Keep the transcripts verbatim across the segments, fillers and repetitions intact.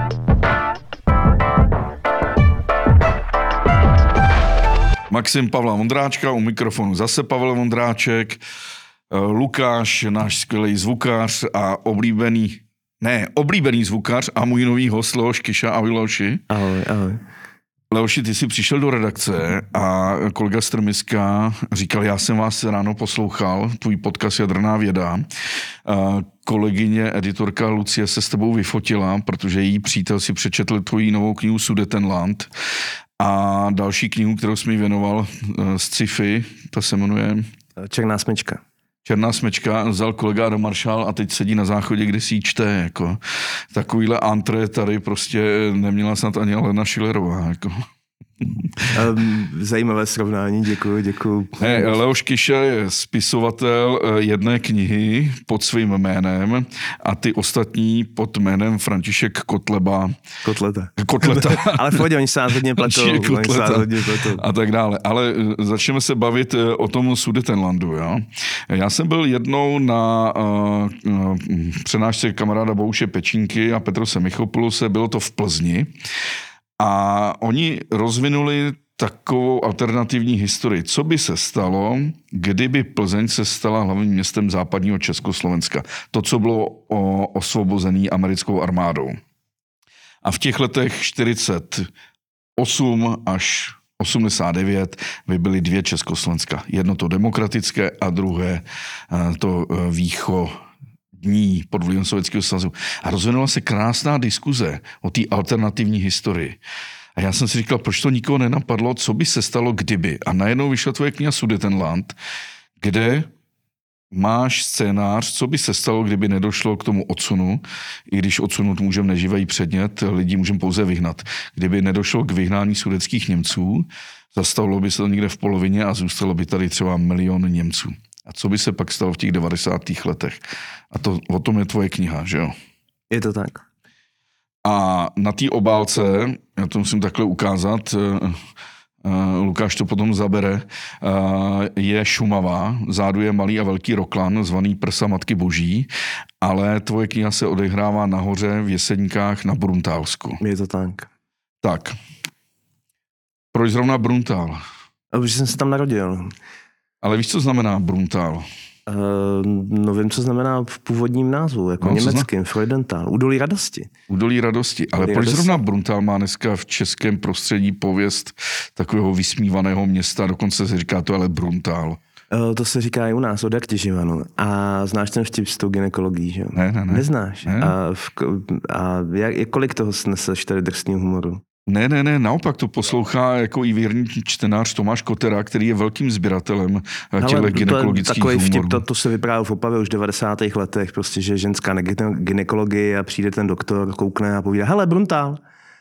Maxim Pavla Vondráčka, u mikrofonu zase Pavel Vondráček, Lukáš, náš skvělý zvukař a oblíbený, ne, oblíbený zvukař a můj nový host Leoš Kyša. Ahoj Leoši. Ahoj, ahoj. Leoši, ty jsi přišel do redakce a kolega Strmiska říkal, já jsem vás ráno poslouchal, tvůj podcast Jadrná věda. Kolegyně, editorka Lucie se s tebou vyfotila, protože její přítel si přečetl tvoji novou knihu Sudetenland. A další knihu, kterou jsi mi věnoval z sci-fi, ta se jmenuje... Černá smečka. Černá smečka, vzal kolega do Maršál a teď sedí na záchodě, kde si ji čte. Jako. Takovýhle antré tady prostě neměla snad ani Alena Schillerová. Jako. Um, zajímavé srovnání, děkuji, děkuji. Ne, Leoš Kyša je spisovatel jedné knihy pod svým jménem a ty ostatní pod jménem František Kotleba. Kotleta. Kotleta. Ale v pohodě, oni se nás hodně pletou. A tak dále. Ale začneme se bavit o tom Sudetenlandu. Jo? Já jsem byl jednou na uh, uh, přednášce kamaráda Bouše Pečínky a Petrose Michopoulose, bylo to v Plzni. A oni rozvinuli takovou alternativní historii. Co by se stalo, kdyby Plzeň se stala hlavním městem západního Československa? To, co bylo osvobozené americkou armádou. A v těch letech čtyřicet osm až osmdesát devět by byly dvě Československa. Jedno to demokratické a druhé to výcho dní pod vlivem Sovětského svazu. A rozvinula se krásná diskuze o té alternativní historii. A já jsem si říkal, proč to nikoho nenapadlo, co by se stalo, kdyby. A najednou vyšla tvoje kniha Sudetenland, kde máš scénář, co by se stalo, kdyby nedošlo k tomu odsunu, i když odsunut můžeme neživý předmět, lidi můžeme pouze vyhnat. Kdyby nedošlo k vyhnání sudetských Němců, zastavilo by se to někde v polovině a zůstalo by tady třeba milion Němců. A co by se pak stalo v těch devadesátých letech? A to, o tom je tvoje kniha, že jo? Je to tak. A na té obálce, já to musím takhle ukázat, Lukáš to potom zabere, je Šumava, zádu je malý a velký roklan, zvaný Prsa Matky Boží, ale tvoje kniha se odehrává nahoře v Jeseníkách na Bruntálsku. Je to tak. Tak. Proč zrovna Bruntál? Protože jsem se tam narodil. Ale víš, co znamená Bruntál? Uh, no vím, co znamená v původním názvu, jako no, německým, Freudenthal, Údolí radosti. Údolí radosti, ale Údolí proč radosti? Zrovna Bruntál má dneska v českém prostředí pověst takového vysmívaného města, dokonce se říká to ale Bruntál. Uh, to se říká i u nás, od jak těživanu. A znáš ten vtip s tou gynekologií, že jo? Ne, ne, ne. Neznáš. Ne. A, v, a jak, kolik toho sneseš tady drsného humoru? Ne, ne, ne, naopak to poslouchá jako i věrný čtenář Tomáš Kotera, který je velkým sběratelem těchto gynekologických humorů. Takový vtip, to, to se vyprávěl v Opavě už v devadesátých letech, prostě, že ženská na gynekologie a přijde ten doktor, koukne a povídá, hele, Bruntál.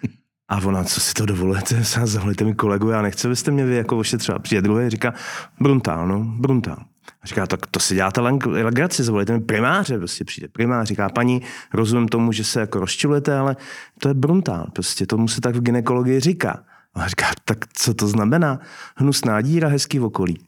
A ona, co si to dovolujete, zavolejte mi kolegu, já nechci, abyste mě vy jako ošetřila. Přijde druhý, říká, Bruntál, no, Bruntál. A říká, tak to si děláte legraci, zavolejte mi primáře, prostě přijde primář, říká, paní, rozumím tomu, že se jako rozčilujete, ale to je Bruntál, prostě tomu se tak v gynekologii říká. A říká, tak co to znamená? Hnusná díra, hezký v okolí.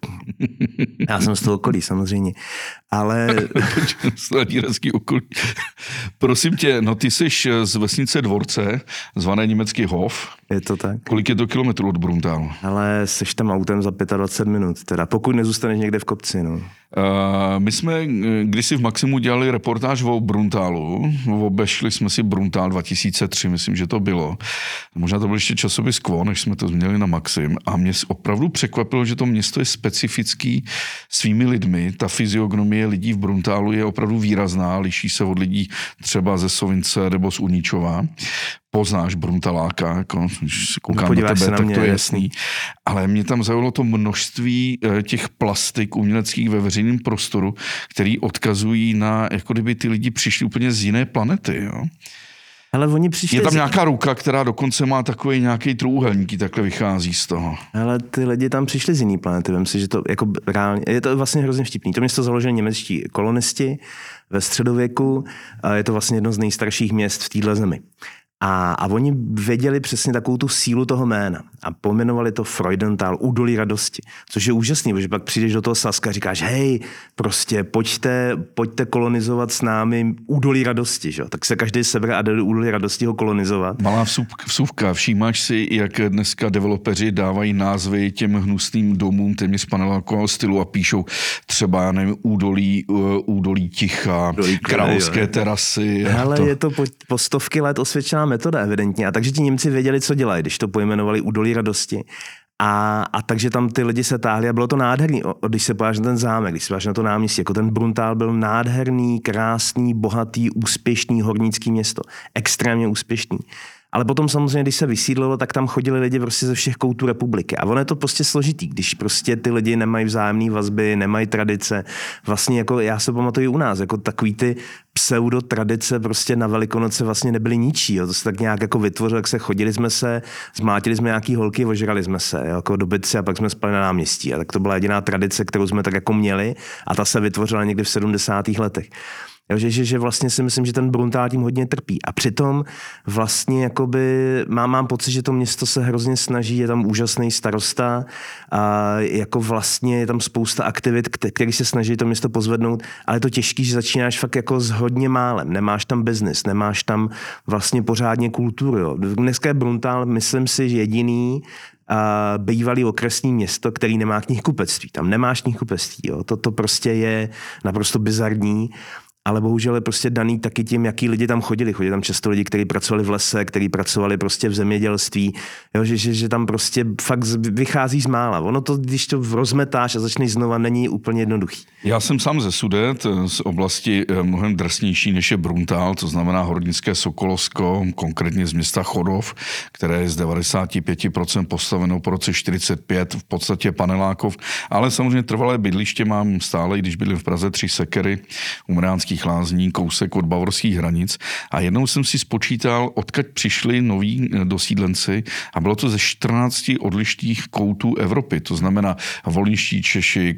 Já jsem z toho okolí, samozřejmě. Ale... Hnusná díra, hezký okolí. Prosím tě, no ty jsi z vesnice Dvorce, zvané německý Hof. Je to tak. Kolik je to kilometrů od Bruntálu? Ale seš tam autem za dvacet pět minut, teda pokud nezůstaneš někde v kopci, no. Uh, my jsme kdysi v Maximu dělali reportáž o Bruntálu, obešli jsme si Bruntál dva tisíce tři, myslím, že to bylo. Možná to byl ještě časopis Quo, než jsme to změnili na Maxim a mě opravdu překvapilo, že to město je specifický svými lidmi, ta fyziognomie lidí v Bruntálu je opravdu výrazná, liší se od lidí třeba ze Sovince nebo z Uničova. Poznáš Bruntaláka, jako, když se koukám no, na tebe, tak mě, to je jasný. Ale mě tam zaujalo to množství těch plastik uměleckých ve veřejném prostoru, který odkazují na, jako kdyby ty lidi přišli úplně z jiné planety. Jo? Ale oni přišli... Je tam nějaká ruka, která dokonce má takový nějaký trůhelník, takhle vychází z toho. Ale ty lidi tam přišli z jiné planety. Vem si, že to jako reálně... Je to vlastně hrozně vtipný. To město založili němečtí kolonisti ve středověku a je to vlastně jedno z nejstarších měst v téhle zemi. A, a oni věděli přesně takovou tu sílu toho jména a pojmenovali to Freudenthal, údolí radosti, což je úžasný, protože pak přijdeš do toho Saska a říkáš, hej, prostě pojďte, pojďte kolonizovat s námi údolí radosti, že? Tak se každý sebere a jde do údolí radosti ho kolonizovat. Malá vsuvka, všímáš si, jak dneska developeři dávají názvy těm hnusným domům, téměř panelákového stylu a píšou třeba, já nevím, údolí, údolí ticha, údolí královské terasy. Ale to... je to po, po stovky let osvědčená metoda evidentně. A takže ti Němci věděli, co dělají, když to pojmenovali údolí radosti. A, a takže tam ty lidi se táhli a bylo to nádherný. O, když se podíváš na ten zámek, když se podíváš na to náměstí, jako ten Bruntál byl nádherný, krásný, bohatý, úspěšný hornický město. Extrémně úspěšný. Ale potom samozřejmě, když se vysídlilo, tak tam chodili lidi prostě ze všech koutů republiky. A ono je to prostě složitý, když prostě ty lidi nemají vzájemné vazby, nemají tradice. Vlastně jako já se pamatuju u nás, jako takový ty pseudo tradice prostě na Velikonoce vlastně nebyly ničí. Jo. To se tak nějak jako vytvořilo, jak se chodili jsme se, zmátili jsme nějaký holky, ožrali jsme se, jo, jako dobytci a pak jsme spali na náměstí. A tak to byla jediná tradice, kterou jsme tak jako měli a ta se vytvořila někdy v sedmdesátých letech. Jo, že, že, že vlastně si myslím, že ten Bruntál tím hodně trpí. A přitom vlastně jakoby mám, mám pocit, že to město se hrozně snaží, je tam úžasný starosta a jako vlastně je tam spousta aktivit, který se snaží to město pozvednout, ale je to těžký, že začínáš fakt jako s hodně málem. Nemáš tam biznis, nemáš tam vlastně pořádně kulturu. Jo. Dneska je Bruntál, myslím si, že jediný a bývalý okresní město, který nemá knihkupectví. Tam nemáš knihkupectví. Jo. To, to prostě je naprosto bizarní. Ale bohužel je prostě daný taky tím, jaký lidi tam chodili. Chodili tam často lidi, kteří pracovali v lese, kteří pracovali prostě v zemědělství. Jo, že, že, že tam prostě fakt vychází z mála. Ono to, když to rozmetáš a začneš znova, není úplně jednoduchý. Já jsem sám ze Sudet, z oblasti mnohem drsnější než je Bruntál, to znamená hornické Sokolovsko, konkrétně z města Chodov, které je z devadesát pět procent postaveno po roce čtyřicet pět, v podstatě panelákov, ale samozřejmě trvalé bydliště mám stále, když bydlím v Praze, Tři Sekery, u Mariánských Lázní, kousek od bavorských hranic. A jednou jsem si spočítal, odkud přišli noví dosídlenci a bylo to ze čtrnácti odlišných koutů Evropy. To znamená volinští Češi,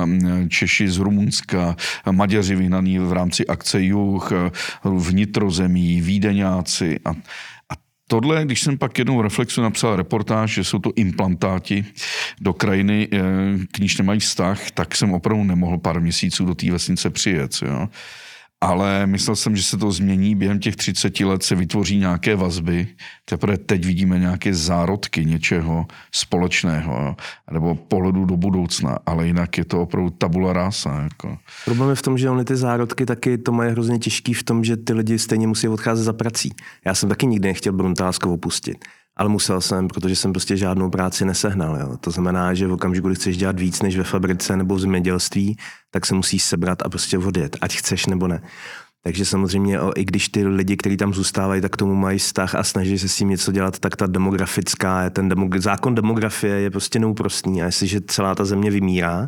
Češi z Rumunska, Maďaři vyhnaní v rámci akce Juh, vnitrozemí, Vídeňáci a tohle, když jsem pak jednou v Reflexu napsal reportáž, že jsou to implantáti do krajiny, k níž nemají vztah, tak jsem opravdu nemohl pár měsíců do té vesnice přijet. Jo. Ale myslel jsem, že se to změní, během těch třiceti let se vytvoří nějaké vazby, teprve teď vidíme nějaké zárodky něčeho společného, jo. Nebo pohledu do budoucna, ale jinak je to opravdu tabula rasa. Jako. Problém je v tom, že oni ty zárodky taky to mají hrozně těžký v tom, že ty lidi stejně musí odcházet za prací. Já jsem taky nikdy nechtěl Bruntálsko opustit. Ale musel jsem, protože jsem prostě žádnou práci nesehnal. Jo. To znamená, že v okamžiku, kdy chceš dělat víc než ve fabrice nebo v zemědělství, tak se musíš sebrat a prostě odjet, ať chceš nebo ne. Takže samozřejmě, i když ty lidi, kteří tam zůstávají, tak k tomu mají vztah a snaží se s tím něco dělat, tak ta demografická, ten demog- zákon demografie je prostě neúprostný. A jestliže celá ta země vymírá,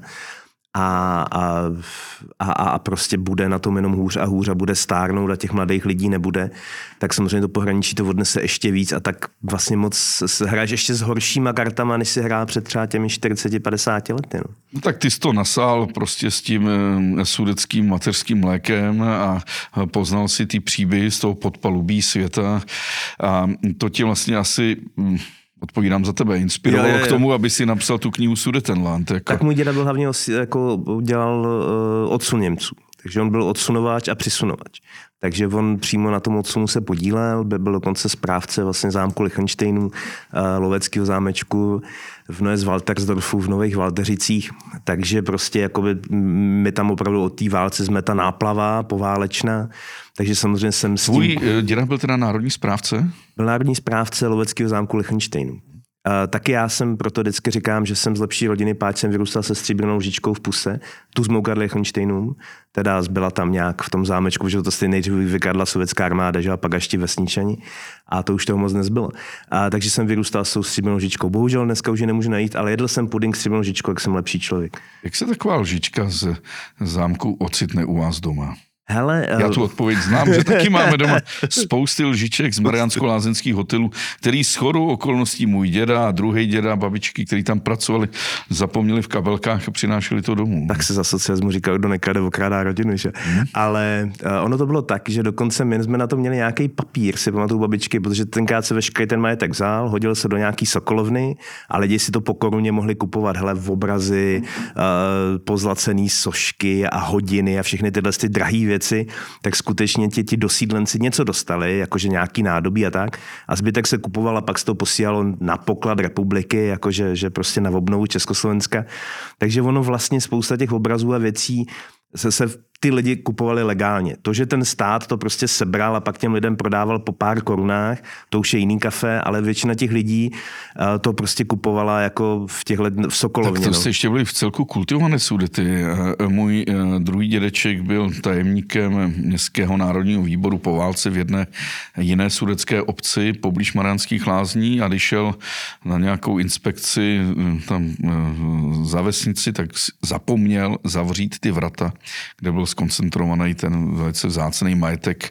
A, a, a, a prostě bude na tom jenom hůř a hůř a bude stárnout a těch mladých lidí nebude, tak samozřejmě to pohraničí to odnese ještě víc a tak vlastně moc hraješ ještě s horšíma kartama, než si hrál před třeba těmi čtyřiceti padesáti lety. No. No tak ty jsi to nasál prostě s tím sudeckým mateřským mlékem a poznal si ty příběhy z toho podpalubí světa a to ti vlastně asi... Odpovídám za tebe, inspirovalo jo, jo, jo. k tomu, aby si napsal tu knihu Sudetenland. Jako. Tak můj děda byl hlavně, jako dělal uh, odsun Němců. Takže on byl odsunovač a přisunovač. Takže on přímo na tom odsunu se podílel, byl dokonce správce vlastně zámku Lichtenštejnů, uh, loveckého zámečku v Neues Waltersdorfu, v Nových Valdeřicích. Takže prostě jakoby my tam opravdu od té válce jsme ta náplava poválečná. Takže samozřejmě jsem s tím... Tvůj děda byl teda národní správce? Byl národní správce loveckého zámku Lichtenštejnů. Uh, taky já jsem proto vždycky říkám, že jsem z lepší rodiny, páč jsem vyrůstal se stříbrnou lžičkou v puse. Tu jsme ukradli Lichtenštejnům. Teda byla tam nějak v tom zámečku, že to stejně nejdřív vykradla sovětská armáda, že a pak až ti vesničani. A to už toho moc nezbylo. A, takže jsem vyrůstal s tou stříbrnou lžičkou. Bohužel dneska už ji nemůžu najít, ale jedl jsem puding stříbrnou lžičkou, jak jsem lepší člověk. Jak se taková lžička z zámku ocitne u vás doma? Hele, Já tu odpověď znám, že taky máme doma spousty lžiček z mariánsko-lázeňských hotelů, který shodou okolností můj děda a druhý děda, babičky, kteří tam pracovali, zapomněli v kabelkách a přinášeli to domů. Tak se za socialismu říkal, kdo nekrade, okrádá rodinu, že? Hmm. Ale uh, ono to bylo tak, že dokonce my jsme na to měli nějaký papír, si pamatuju babičky, protože tenkrát se veškerý ten majetek vzal, hodil se do nějaký sokolovny a lidi si to po koruně mohli kupovat, hele, v obrazy, uh, pozlacený sošky a hodiny a všechny tyhle ty drahý věci, tak skutečně ti, ti dosídlenci něco dostali, jakože nějaký nádobí a tak, a zbytek se kupoval a pak se to posílalo na poklad republiky, jakože že prostě na obnovu Československa. Takže ono vlastně spousta těch obrazů a věcí se, se ty lidi kupovali legálně. To, že ten stát to prostě sebral a pak těm lidem prodával po pár korunách, to už je jiný kafe, ale většina těch lidí to prostě kupovala jako v těchhle v Sokolovně. Tak to no. jste ještě byli v celku kultivované Sudety. Můj druhý dědeček byl tajemníkem Městského národního výboru po válce v jedné jiné sudetské obci poblíž Mariánských Lázní a když šel na nějakou inspekci tam za vesnici, tak zapomněl zavřít ty vrata, kde byl skoncentrovaný ten velice vzácný majetek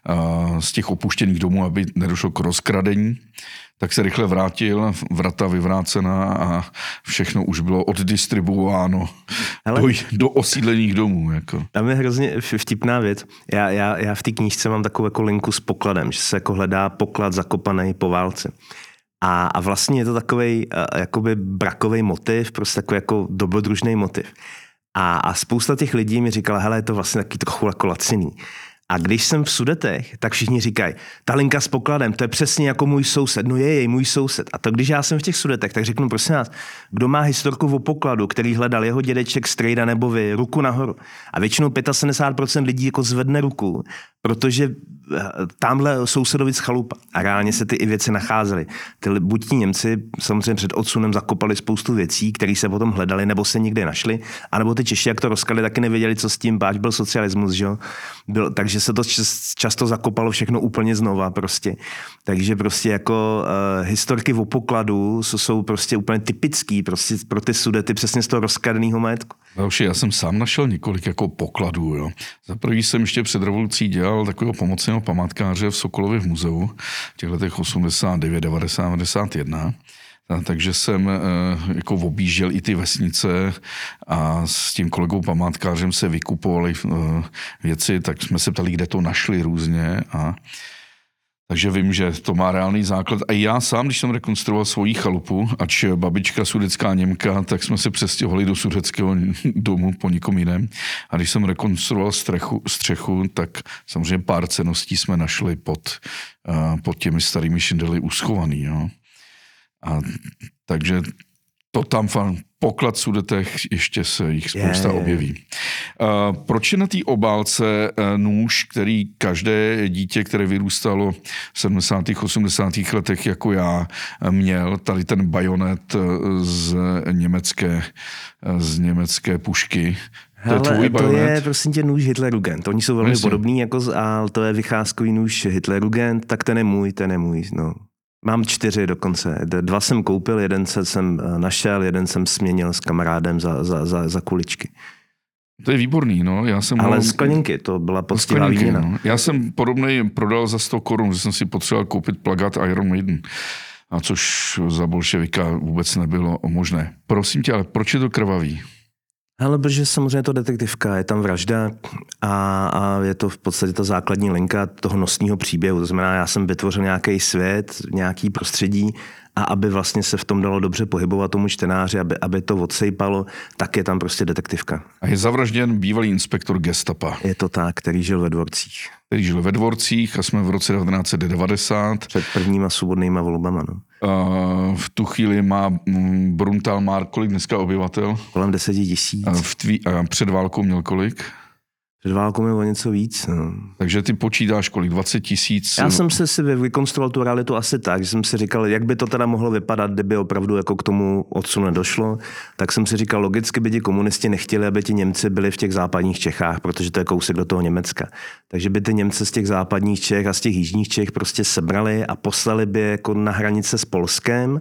z těch opuštěných domů, aby nedošlo k rozkradení. Tak se rychle vrátil, vrata vyvrácená a všechno už bylo oddistribuováno do, do osídlených domů. Jako. Tam je hrozně vtipná věc. Já, já, já v té knížce mám takovou jako linku s pokladem, že se jako hledá poklad zakopaný po válce. A, a vlastně je to takovej jakoby brakovej motiv, prostě takový jako dobrodružný motiv. A, a spousta těch lidí mi říkala, hele, je to vlastně taky trochu jako laciný. A když jsem v Sudetech, tak všichni říkají, ta linka s pokladem, to je přesně jako můj soused, no je jej můj soused. A to když já jsem v těch Sudetech, tak řeknu, prosím vás, kdo má historku o pokladu, který hledal jeho dědeček, strejda nebo vy, ruku nahoru. A většinou sedmdesát pět procent lidí jako zvedne ruku, protože tamhle sousedovic chalupa. A reálně se ty i věci nacházely. Ty, buď ti Němci samozřejmě před odsunem zakopali spoustu věcí, které se potom hledali, nebo se nikde našli, anebo ty Češi, jak to rozkali, taky nevěděli, co s tím, páč byl socialismus, že jo. Byl, takže se to často zakopalo všechno úplně znova prostě. Takže prostě jako uh, historky o pokladu jsou prostě úplně typický prostě pro ty Sudety přesně z toho rozkradeného majetku. Další, já jsem sám našel několik jako pokladů. Jo. Za první jsem ještě před revolucí dělal takového pomocného památkáře v Sokolově v muzeu v těch letech osmdesát devět, devadesát, devadesát jedna. Takže jsem jako objížděl i ty vesnice a s tím kolegou památkářem se vykupovali věci, tak jsme se ptali, kde to našli různě a takže vím, že to má reálný základ. A já sám, když jsem rekonstruoval svoji chalupu, ač babička sudetská Němka, tak jsme se přestěhovali do sudetského domu po nikom jiném. A když jsem rekonstruoval střechu, střechu tak samozřejmě pár cenností jsme našli pod, pod těmi starými šindely uschovaný. Jo. A takže to tam poklad v Sudetech, ještě se jich spousta je, je. objeví. Uh, proč je na té obálce uh, nůž, který každé dítě, které vyrůstalo v sedmdesátých, osmdesátých letech jako já, měl, tady ten bajonet z německé, z německé pušky? Hele, to je, to je prosím tě nůž Hitlerjugend. Oni jsou velmi Myslím. podobní, jako, a to je vycházkový nůž Hitlerjugend, tak ten je můj, ten je můj, no. Mám čtyři dokonce. Dva jsem koupil, jeden jsem našel, jeden jsem směnil s kamarádem za, za, za, za kuličky. To je výborný, no. Já jsem Ale mal... skleněnky, to byla poctivá výměna. No. Já jsem podobnej prodal za sto korun, že jsem si potřeboval koupit plakát Iron Maiden. A což za bolševika vůbec nebylo možné. Prosím tě, ale proč je to krvavý? Ale protože samozřejmě je to detektivka, je tam vražda a, a je to v podstatě ta základní linka toho nosního příběhu. To znamená, já jsem vytvořil nějaký svět, nějaký prostředí a aby vlastně se v tom dalo dobře pohybovat tomu čtenáři, aby, aby to odsejpalo, tak je tam prostě detektivka. A je zavražděn bývalý inspektor gestapa. Je to tak, který žil ve Dvorcích. Který žil ve Dvorcích a jsme v roce devatenáct set devadesát. Před prvníma svobodnýma volbama, no. Uh, v tu chvíli má um, Bruntal má kolik dneska obyvatel? Kolem deset tisíc. Uh, v tví, uh, před válkou měl kolik? Před válkou měl o něco víc. No. Takže ty počítáš kolik? dvacet tisíc? Já jsem se si vykonstruoval tu realitu asi tak, že jsem si říkal, jak by to teda mohlo vypadat, kdyby opravdu jako k tomu odsunu nedošlo. Tak jsem si říkal, logicky by ti komunisti nechtěli, aby ti Němci byli v těch západních Čechách, protože to je kousek do toho Německa. Takže by ty Němce z těch západních Čech a z těch jižních Čech prostě sebrali a poslali by jako na hranice s Polskem,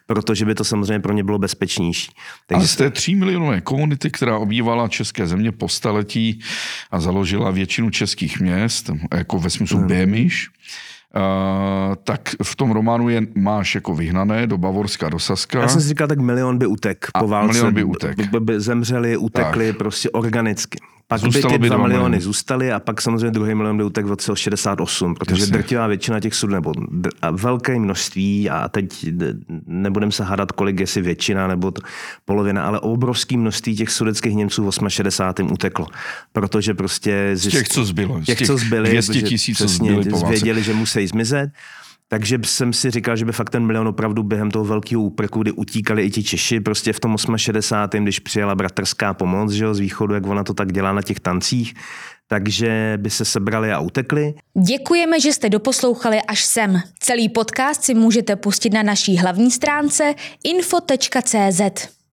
protože by to samozřejmě pro ně bylo bezpečnější. Takže... A z té tří milionové komunity, která obývala české země po staletí a založila většinu českých měst, jako ve smyslu hmm. Bémiš, Uh, tak v tom románu je máš jako vyhnané do Bavorska, do Saska. Já jsem si říkal, tak milion by utek po válce. Milion by utek. B- by zemřeli, utekli tak. prostě organicky. Pak Zůstalo by ty by dva miliony miliony. zůstaly a pak samozřejmě druhý milion by utek v roce šedesát osm, protože Jasně. drtivá většina těch sudů, nebo d- a velké množství, a teď d- nebudem se hádat, kolik jestli většina nebo to, polovina, ale obrovské množství těch sudetských Němců v šedesátém osmém uteklo. Protože prostě... Zjist... Z těch, co zbylo. Z těch, těch co zbyli. dvě stě tisíc, co zbyli po válce. Věděli, že musí zmizet. Takže jsem si říkal, že by fakt ten milion opravdu během toho velkého úprku, kdy utíkali i ti Češi, prostě v tom šedesátém osmém když přijela bratrská pomoc, že jo, z východu, jak ona to tak dělá na těch tancích, takže by se sebrali a utekli. Děkujeme, že jste doposlouchali až sem. Celý podcast si můžete pustit na naší hlavní stránce info tečka cé zet.